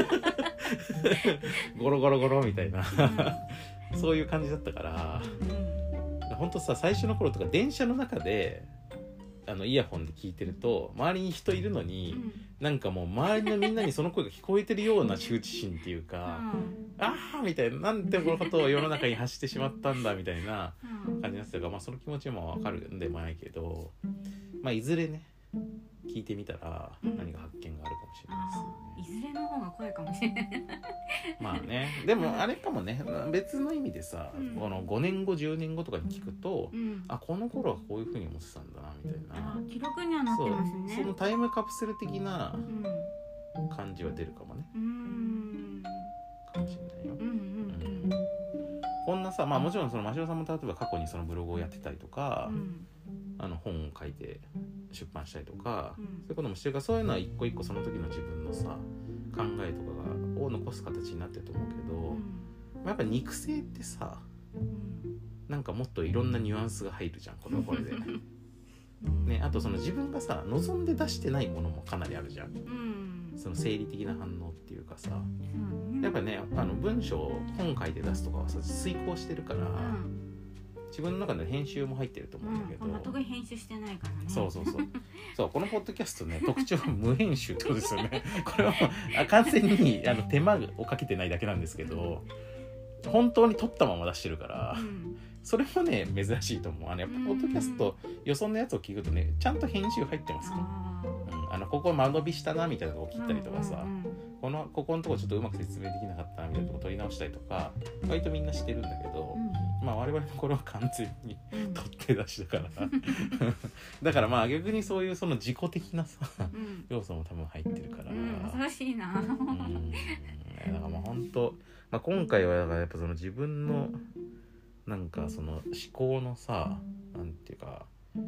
ゴロゴロゴロみたいなそういう感じだったから、本当さ最初の頃とか電車の中でイヤホンで聞いてると周りに人いるのに、なんかもう周りのみんなにその声が聞こえてるような羞恥心っていうか、あーみたいな、なんてこのことを世の中に発してしまったんだみたいな感じになってたから、その気持ちも分かるんでもないけど、いずれね聞いてみたら何か発見があるかもしれないですよね、 いずれの方が怖いかもしれないまあね、でもあれかもね、別の意味でさ、この5年後10年後とかに聞くと、この頃はこういう風に思ってたんだなみたいな、 記録にはなってますね。 そのタイムカプセル的な感じは出るかもね、かもしれないよ、こんなさ、もちろんその真城さんも例えば過去にそのブログをやってたりとか、本を書いて出版したりとか、そういうこともしてるから、そういうのは一個一個その時の自分のさ考えとかを残す形になってると思うけど、やっぱ肉声ってさ、なんかもっといろんなニュアンスが入るじゃん、これはこれでね、あとその自分がさ望んで出してないものもかなりあるじゃん、その生理的な反応っていうかさ、やっぱね文章を本書いて出すとかはさ遂行してるから、自分の中で編集も入ってると思うんだけど、 特に編集してないからね。 そうこのポッドキャストね、特徴は無編集ってことですよねこれは完全に手間をかけてないだけなんですけど、本当に撮ったまま出してるから、それもね珍しいと思う。やっぱポッドキャストよそのやつを聞くとね、ちゃんと編集入ってますね。ここ間延びしたなみたいなのを切ったりとかさ、ここのとこちょっとうまく説明できなかったなみたいなとこ取り直したりとか、割とみんなしてるんだけど、我々のこれは完全に取って出しだからだから逆にそういうその自己的なさ、要素も多分入ってるから、 恐ろしいなだから本当、今回はだからやっぱその自分のなんかその思考のさ、なんていうか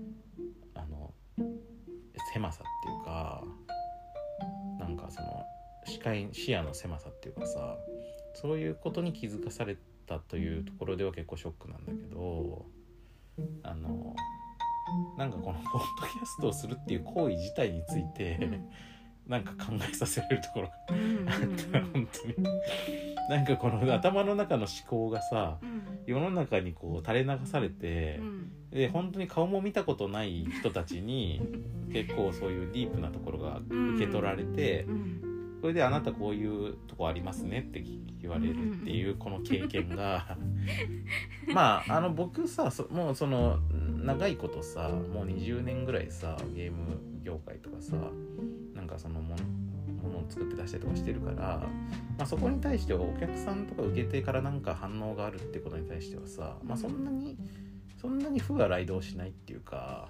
狭さっていうか、なんかその視野の狭さっていうかさ、そういうことに気づかされなんかなんかこのポッドキャストをするっていう行為自体について、なんか考えさせられるところがあったら本当になんかこの頭の中の思考がさ、世の中にこう垂れ流されて、で本当に顔も見たことない人たちに結構そういうディープなところが受け取られて、それであなたこういうとこありますねって言われるっていうこの経験がまあ僕さもうその長いことさもう20年ぐらいさゲーム業界とかさなんかそのものを作って出したりとかしてるから、まあ、そこに対してはお客さんとか受け手からなんか反応があるってことに対してはさ、まあ、そんなに負が雷動しないっていうか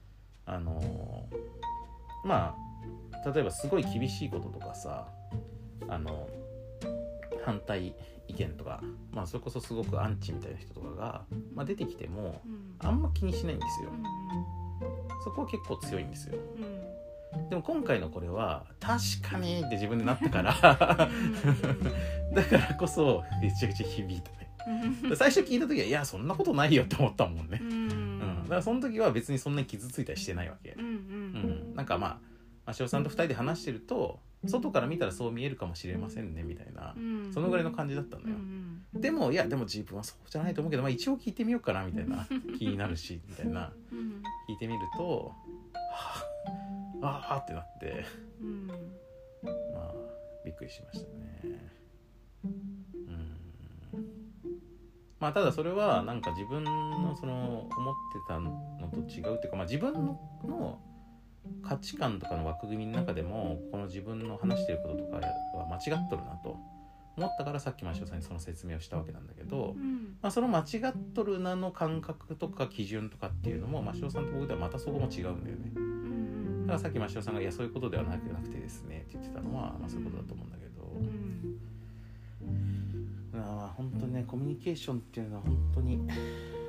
まあ例えばすごい厳しいこととかさ反対意見とか、まあ、それこそすごくアンチみたいな人とかが、まあ、出てきてもあんま気にしないんですよ。そこは結構強いんですよ。でも今回のこれは確かにって自分でなったからだからこそめちゃくちゃ響いたね最初聞いた時はいやそんなことないよって思ったもんね、だからその時は別にそんなに傷ついたりしてないわけ、なんかまあしおさんと2人で話してると外から見たらそう見えるかもしれませんねみたいな、そのぐらいの感じだったのよ、でも自分はそうじゃないと思うけど、まあ、一応聞いてみようかなみたいな気になるしみたいな聞いてみるとあってなって、まあびっくりしましたね。まあただそれはなんか自分のその思ってたのと違うっていうか、まあ自分の価値観とかの枠組みの中でもこの自分の話してることとかは間違っとるなと思ったからさっきマシオさんにその説明をしたわけなんだけど、まあ、その間違っとるなの感覚とか基準とかっていうのもマシオさんと僕ではまたそこも違うんだよね。だからさっきマシオさんがいやそういうことではなくてですねって言ってたのは、まあ、そういうことだと思うんだけど、本当にねコミュニケーションっていうのは本当に難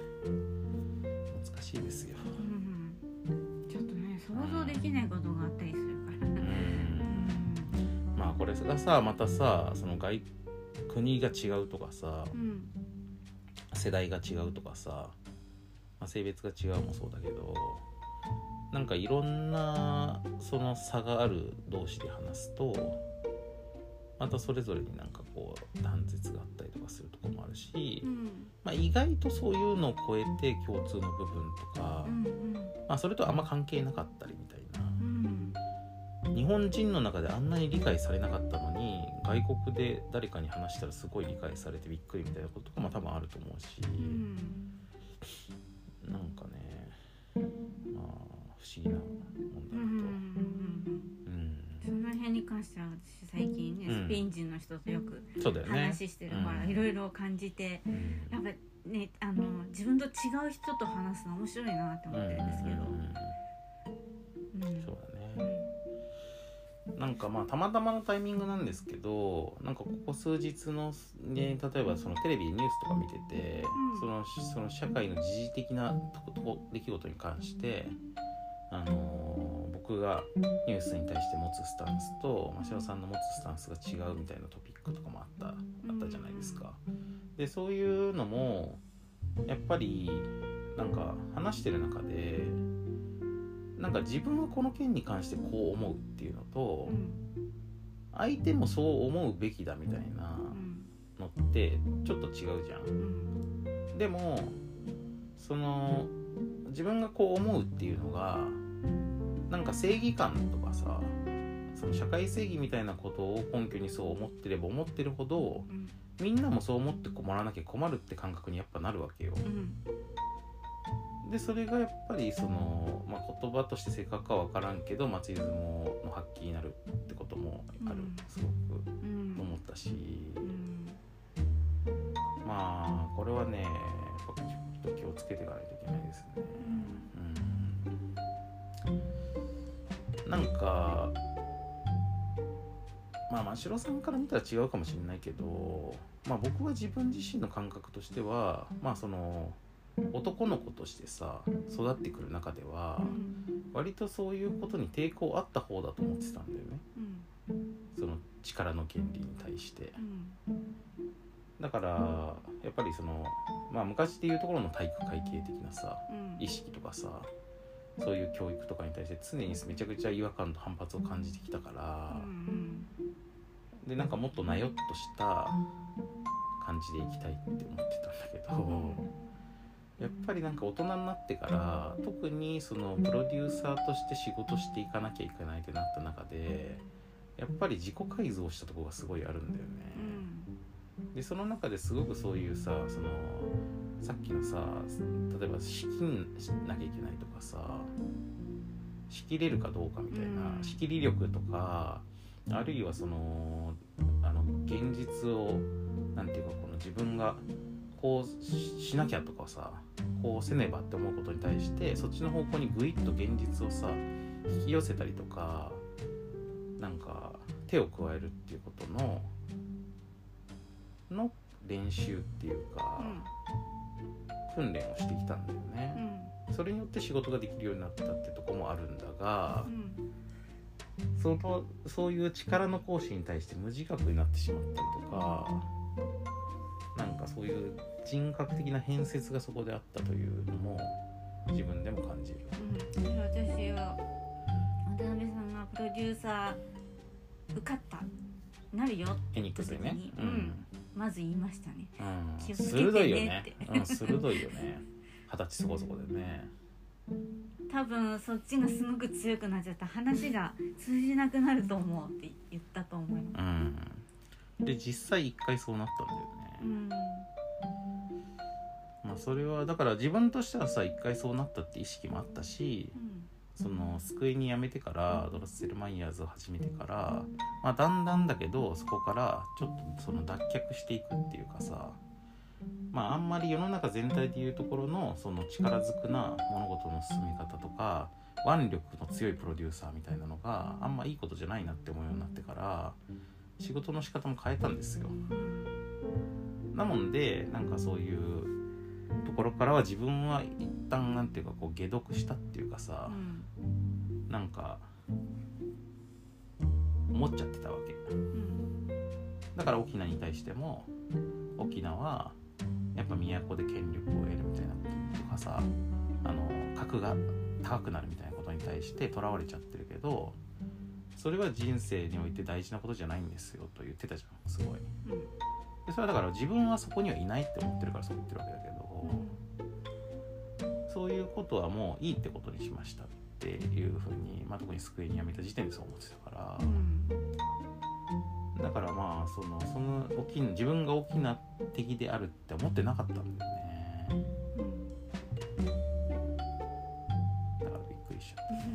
しいですよ、 ちょっとね想像できないことがあったりするからまあこれがさまたさその国が違うとかさ、世代が違うとかさ、まあ、性別が違うもそうだけどなんかいろんなその差がある同士で話すとまたそれぞれになんかこう断絶があったりとかするところもあるし、まあ、意外とそういうのを超えて共通の部分とか、まあ、それとあんま関係なかったりみたいな、日本人の中であんなに理解されなかったのに外国で誰かに話したらすごい理解されてびっくりみたいなこととかも多分あると思うし、なんかねまあ不思議なもんだなと、 その辺に関しては私最近ね、スペイン人の人とよく話してるからいろいろ感じて、やっぱね自分と違う人と話すの面白いなって思ってるんですけど、 そうだね、なんかまあたまたまのタイミングなんですけどなんかここ数日の、ね、例えばそのテレビでニュースとか見てて、その社会の時事的な出来事に関して僕がニュースに対して持つスタンスとマシロさんの持つスタンスが違うみたいなトピックとかもあったじゃないですか。でそういうのもやっぱりなんか話してる中でなんか自分はこの件に関してこう思うっていうのと、相手もそう思うべきだみたいなのってちょっと違うじゃん。でもその自分がこう思うっていうのがなんか正義感とかさ、その社会正義みたいなことを根拠にそう思ってれば思ってるほど、みんなもそう思ってもらわなきゃ困るって感覚にやっぱなるわけよ。でそれがやっぱりその、まあ、言葉として正確かは分からんけどマチズモの発揮になるってこともある、すごく思ったし、まあこれはねやっぱちょっと気をつけていかないといけないですね。なんかまあ真城さんから見たら違うかもしれないけど、まあ僕は自分自身の感覚としてはまあその男の子としてさ育ってくる中では割とそういうことに抵抗あった方だと思ってたんだよね、その力の権利に対して、だからやっぱりそのまあ昔でいうところの体育会系的なさ意識とかさ、 そういう教育とかに対して常にめちゃくちゃ違和感と反発を感じてきたから、でなんかもっとなよっとした感じでいきたいって思ってたんだけど、やっぱりなんか大人になってから特にそのプロデューサーとして仕事していかなきゃいけないってなった中で、やっぱり自己改造したところがすごいあるんだよね。でその中ですごくそういうさ、そのさっきのさ、例えば仕切んなきゃいけないとかさ、仕切れるかどうかみたいな、仕切り力とか、あるいはその現実をなんていうか、この自分がこう しなきゃとかさ、こうせねばって思うことに対してそっちの方向にグイッと現実をさ引き寄せたりとか、なんか手を加えるっていうことの練習っていうか、訓練をしてきたんだよね。それによって仕事ができるようになったってとこもあるんだが、そういう力の行使に対して無自覚になってしまったりとか、なんかそういう人格的な変節がそこであったというのも自分でも感じる。 私は渡辺さんがプロデューサー受かったなるよってエニックスでね、 まず言いましたね。気をつけ鋭ていよねねって、 鋭いよね。20歳そこそこでね。 多分そっちがすごく強くなっちゃった話が通じなくなると思うって言ったと思います。 で実際一回そうなったんだよね。まあそれはだから自分としてはさ、一回そうなったって意識もあったし、その救いに辞めてからドロッセルマイヤーズを始めてから、まあ、だんだんだけどそこからちょっとその脱却していくっていうかさ、まああんまり世の中全体でいうところのその力ずくな物事の進め方とか腕力の強いプロデューサーみたいなのがあんまいいことじゃないなって思うようになってから、仕事の仕方も変えたんですよ。なもんでなんかそういうところからは自分は一旦なんていうかこう解読したっていうかさ、なんか思っちゃってたわけ。だから沖縄に対しても、沖縄はやっぱ都で権力を得るみたいなこととかさ、格が高くなるみたいなことに対してとらわれちゃってるけど、それは人生において大事なことじゃないんですよと言ってたじゃん、すごい。でそれはだから自分はそこにはいないって思ってるからそう言ってるわけだけど、そういうことはもういいってことにしましたっていうふうに、まあ、特に救いに辞めた時点でそう思ってたから、だからまあその自分が沖縄的であるって思ってなかったんだよね。だからびっくりしちゃったね。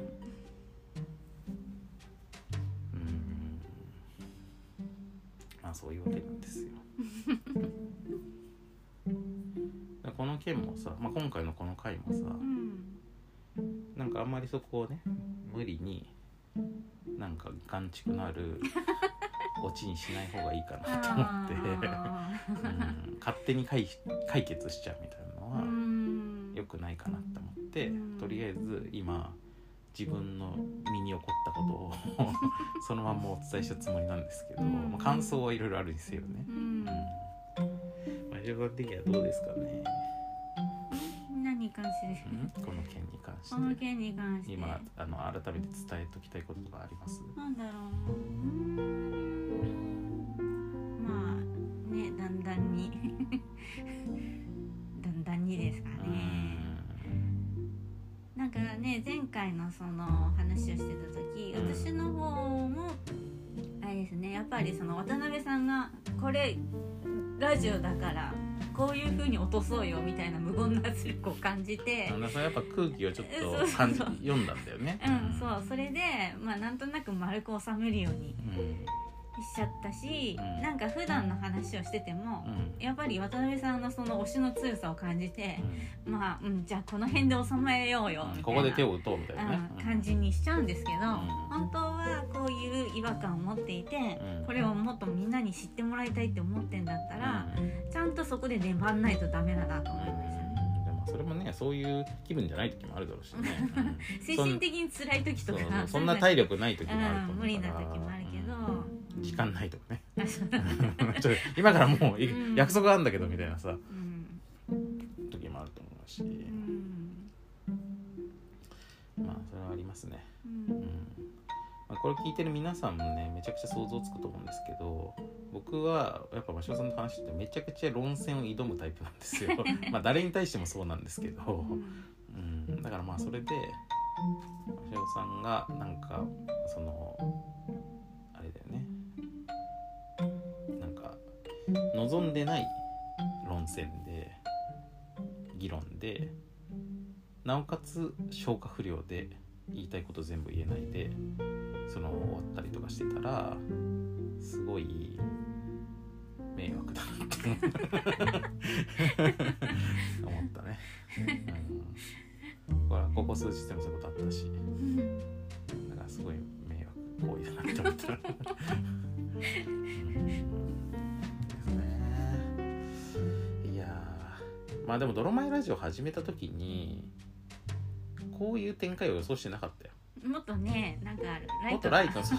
まあそういうわけなんですよ。この件もさ、まあ、今回のこの回もさ、なんかあんまりそこをね無理になんか眼蓄のあるオチにしない方がいいかなと思って勝手に解決しちゃうみたいなのは良くないかなと思って、とりあえず今自分の身に起こったことをそのままお伝えしたつもりなんですけど、まあ、感想はいろいろあるんですよね。まあ、自分的にはどうですかね。 何に関してですこの件に関して。 この件に関して今改めて伝えときたいこととかあります？ なんだろう。まあね、だんだんにですかね。なんかね、前回のその話をしてた時、私の方もあれですね、やっぱりその渡辺さんがこれラジオだからこういう風に落とそうよみたいな無言の圧力を感じて、 それやっぱ空気をちょっと読んだんだよね。 それでまあなんとなく丸く収めるようにしちゃったし、なんか普段の話をしてても、やっぱり渡辺さんのその推しの強さを感じて、まあ、じゃあこの辺で収めようよみたいな、 ここで手を打とうみたいなね、 感じにしちゃうんですけど、本当はこういう違和感を持っていて、これをもっとみんなに知ってもらいたいって思ってんだったら、ちゃんとそこで粘んないとダメだなと思いましたね。 でもそれもね、そういう気分じゃない時もあるだろうしね精神的に辛い時とかそんな体力ない時もあると思うから、 無理な時もあるけど、 時間ないとかね今からもう約束あるんだけどみたいなさ、時もあると思うし、 ますね。これ聞いてる皆さんもねめちゃくちゃ想像つくと思うんですけど、僕はやっぱ真城さんの話ってめちゃくちゃ論戦を挑むタイプなんですよまあ誰に対してもそうなんですけど、だからまあそれで真城さんがなんかそのあれだよね、なんか望んでない論戦で議論で、なおかつ消化不良で言いたいこと全部言えないでその終わったりとかしてたらすごい迷惑だなって思ったね。ここ数日でもそういうことあったし、だからすごい迷惑行為だなって思ったですね。いやまあでもドロマイラジオ始めた時にこういう展開を予想してなかったよ。 もっとね、なんかもっとライトそう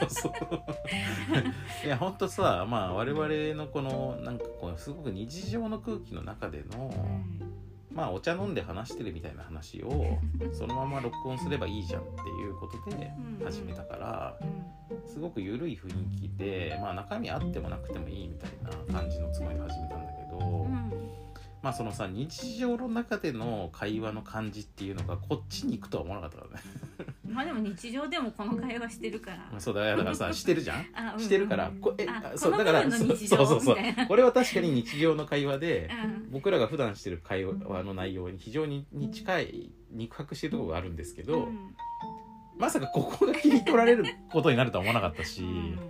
いやほんとさ、まあ我々のこのなんかこうすごく日常の空気の中での、まあお茶飲んで話してるみたいな話をそのまま録音すればいいじゃんっていうことで始めたから、すごく緩い雰囲気で、まあ中身あってもなくてもいいみたいな感じのつもりで始めたんだけど、まあそのさ日常の中での会話の感じっていうのがこっちに行くとは思わなかったからねまあでも日常でもこの会話してるからそうだからさしてるじゃんしてるからそうだからそうこれは確かに日常の会話で、僕らが普段してる会話の内容に非常に近い肉薄してるところがあるんですけど、まさかここが切り取られることになるとは思わなかったし、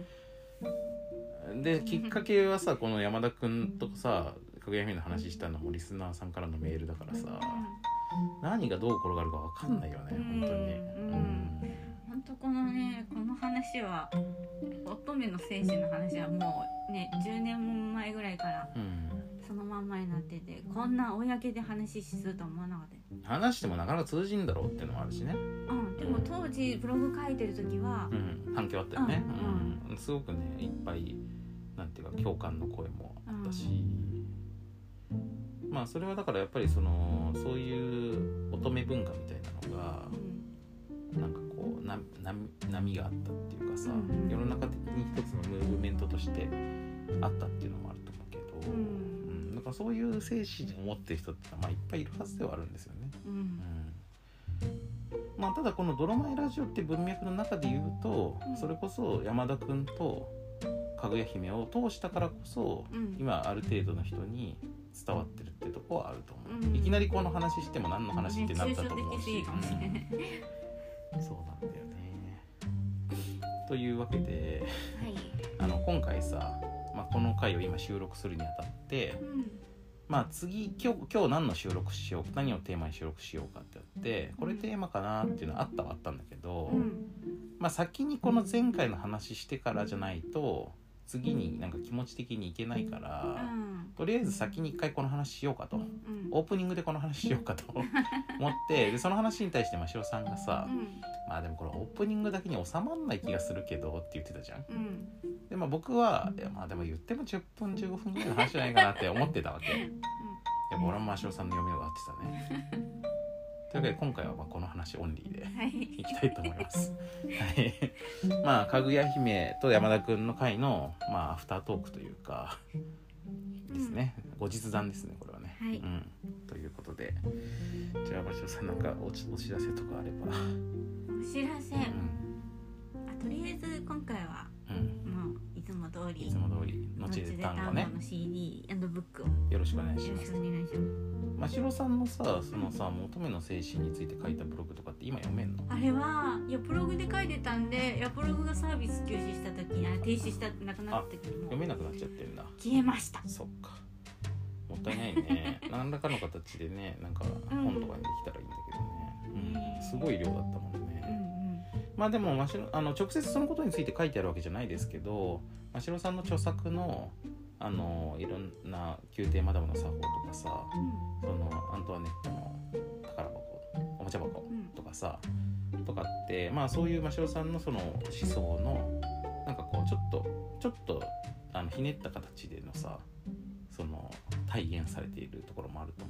できっかけはさこの山田くんとさかぐや姫の話したのもリスナーさんからのメールだからさ、何がどう転がるか分かんないよね、本当に。 本当このねこの話は乙女の精神の話はもうね10年前ぐらいからそのまんまになってて、こんな公で話すると思わなかった。 話してもなかなか通じんだろうっていうのもあるしね。 でも当時ブログ書いてる時は、 反響あったよね。すごくねいっぱいなんていうか共感の声もあったし、まあそれはだからやっぱりそういう乙女文化みたいなのが、なんかこう波があったっていうかさ、世の中的に一つのムーブメントとしてあったっていうのもあると思うけど、だからそういう精神を持ってる人ってまあいっぱいいるはずではあるんですよね。まあただこのドロマイラジオって文脈の中で言うと、それこそ山田くんとかぐや姫を通したからこそ、今ある程度の人に伝わってるってとこはあると思う。いきなりこの話しても何の話ってなったと思うし、そうなんだよね。というわけで、今回さ、この回を今収録するにあたって、次今日何の収録しよう、何をテーマに収録しようかってやって、これテーマかなっていうのはあったんだけど、先にこの前回の話してからじゃないと次になんか気持ち的にいけないから、とりあえず先に一回この話しようかと、オープニングでこの話しようかと思って、でその話に対して真城さんがさ、でもこれオープニングだけに収まんない気がするけどって言ってたじゃん。で僕はでも言っても10分15分ぐらいの話じゃないかなって思ってたわけ。やっぱ俺も真城さんの読みが合ってたね。というわけで今回はこの話オンリーでいきたいと思います。かぐや姫と山田くんの回のアフタートークというかですね、後日談ですねこれはね。ということで、じゃあ真城さんなんかお知らせとかあれば。 お知らせ、とりあえず今回は、もういつも通り後で単語ねの CD& ブックをよろしくお願いします。 よろしくお願いします。 真城さんのさ、そのさ乙女の精神について書いたブログとかって今読めんの？ あれはブログで書いてたんで、ブログがサービス休止した時に停止したなくなった時にも読めなくなっちゃってるんだ。 消えました。 そっか、もったいないね。何らかの形でね、なんか本とかにできたらいいんだけどね。すごい量だったもんね。でも直接そのことについて書いてあるわけじゃないですけど、真城さんの著作のいろんな宮廷マダムの作法とかさ、そのアントワネットの宝箱、おもちゃ箱とかさ、とかってそういう真城さんのその思想のなんかこうちょっとひねった形でのさ、その体現されているところもあると思うから、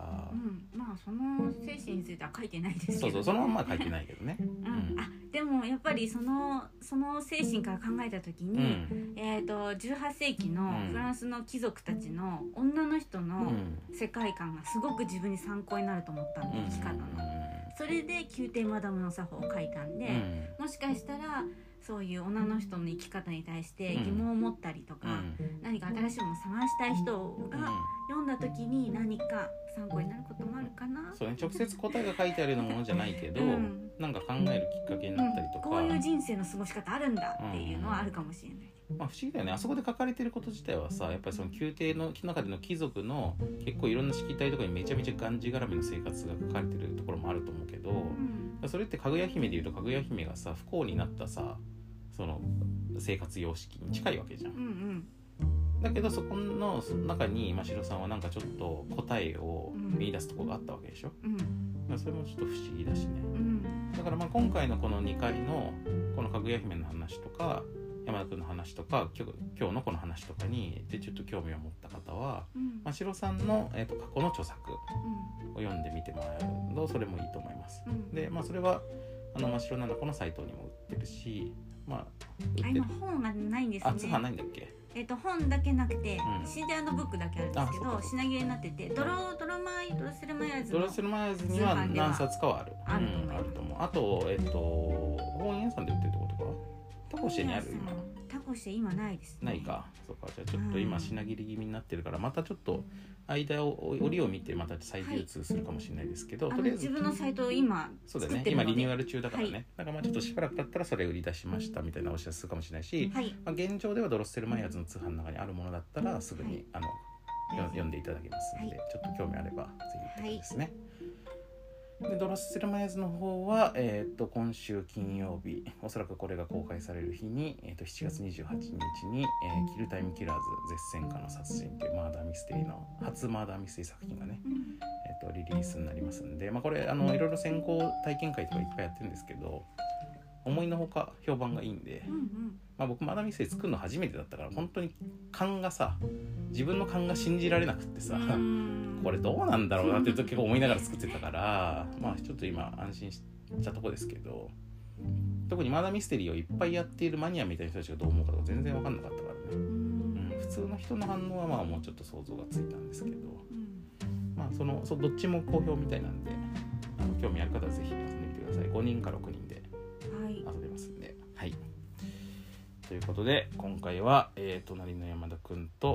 まあその精神については書いてないですけど、ね、 そうそのまんまは書いてないけどね、 あでもやっぱりその精神から考えた時に、18世紀のフランスの貴族たちの女の人の世界観がすごく自分に参考になると思ったんで、生き方の。それで宮廷マダムの作法を書いたんで、もしかしたらそういう女の人の生き方に対して疑問を持ったりとか、何か新しいものを探したい人が読んだ時に何か参考になることもあるかな。 そうね、直接答えが書いてあるようなものじゃないけど、なんか考えるきっかけになったりとか、 こういう人生の過ごし方あるんだっていうのはあるかもしれない。 まあ、不思議だよね。あそこで書かれてること自体はさ、やっぱりその宮廷の中での貴族の結構いろんなしきたりとかにめちゃめちゃがんじがらめの生活が書かれてるところもあると思うけど、それってかぐや姫でいうとかぐや姫がさ不幸になったさその生活様式に近いわけじゃん、だけどそこの中に真城さんはなんかちょっと答えを見出すところがあったわけでしょ、それもちょっと不思議だしね、だからまあ今回のこの2回のこのかぐや姫の話とか山田君の話とか今日のこの話とかにでちょっと興味を持った方は、真城さんの、過去の著作を読んでみてもらえるとそれもいいと思います、でまあそれは真城なんだこのサイトにも売ってるし、まあ売ってる今本がないんですね。 通販ないんだっけ？ 本だけなくて、シーデブックだけあるんですけど、品切れになってて、ドロスルマイヤーズドロスルマイヤーズには何冊かはあるあると思う。あと本屋さんで売ってるところとかタコシェにある今。 タコシェ今ないですね。 ないか。そうか。じゃあちょっと今品切れ気味になってるからまたちょっと間を折を見てまた再流通するかもしれないですけど、とりあえず自分のサイトを今そうだね。今リニューアル中だからね。だからまあちょっとしばらく経ったらそれ売り出しましたみたいなお知らせするかもしれないし、まあ現状ではドロッセルマイヤーズの通販の中にあるものだったらすぐに読んでいただけますので、ちょっと興味あればぜひってことですね。でドロッセルマイヤーズの方は、今週金曜日おそらくこれが公開される日に、7月28日に、キルタイムキラーズ絶戦下の殺人というマーダーミステリーの初マーダーミステリー作品がね、リリースになりますんで、まあ、これいろいろ先行体験会とかいっぱいやってるんですけど思いのほか評判がいいんで、まあ、僕マーダーミステリー作るの初めてだったから本当に勘がさ自分の勘が信じられなくってさこれどうなんだろうなって結構思いながら作ってたからまあちょっと今安心したとこですけど、特にマーダーミステリーをいっぱいやっているマニアみたいな人たちがどう思うかとか全然分かんなかったからね、普通の人の反応はまあもうちょっと想像がついたんですけど、まあどっちも好評みたいなんで興味ある方はぜひ遊んでみてください。5人か6人で遊べますんで、はい、ということで今回は、隣の山田くんと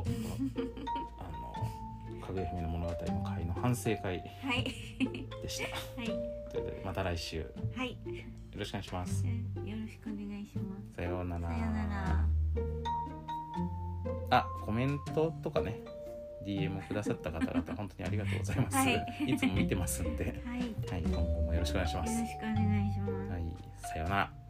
かぐや姫の物語の会の反省会でした、はい、ということでまた来週、よろしくお願いします。 よろしくお願いします。 さようなら。 さようなら。コメントとかね DM くださった方々本当にありがとうございます、いつも見てますんで、今後もよろしくお願いします。 よろしくお願いします。 さようなら。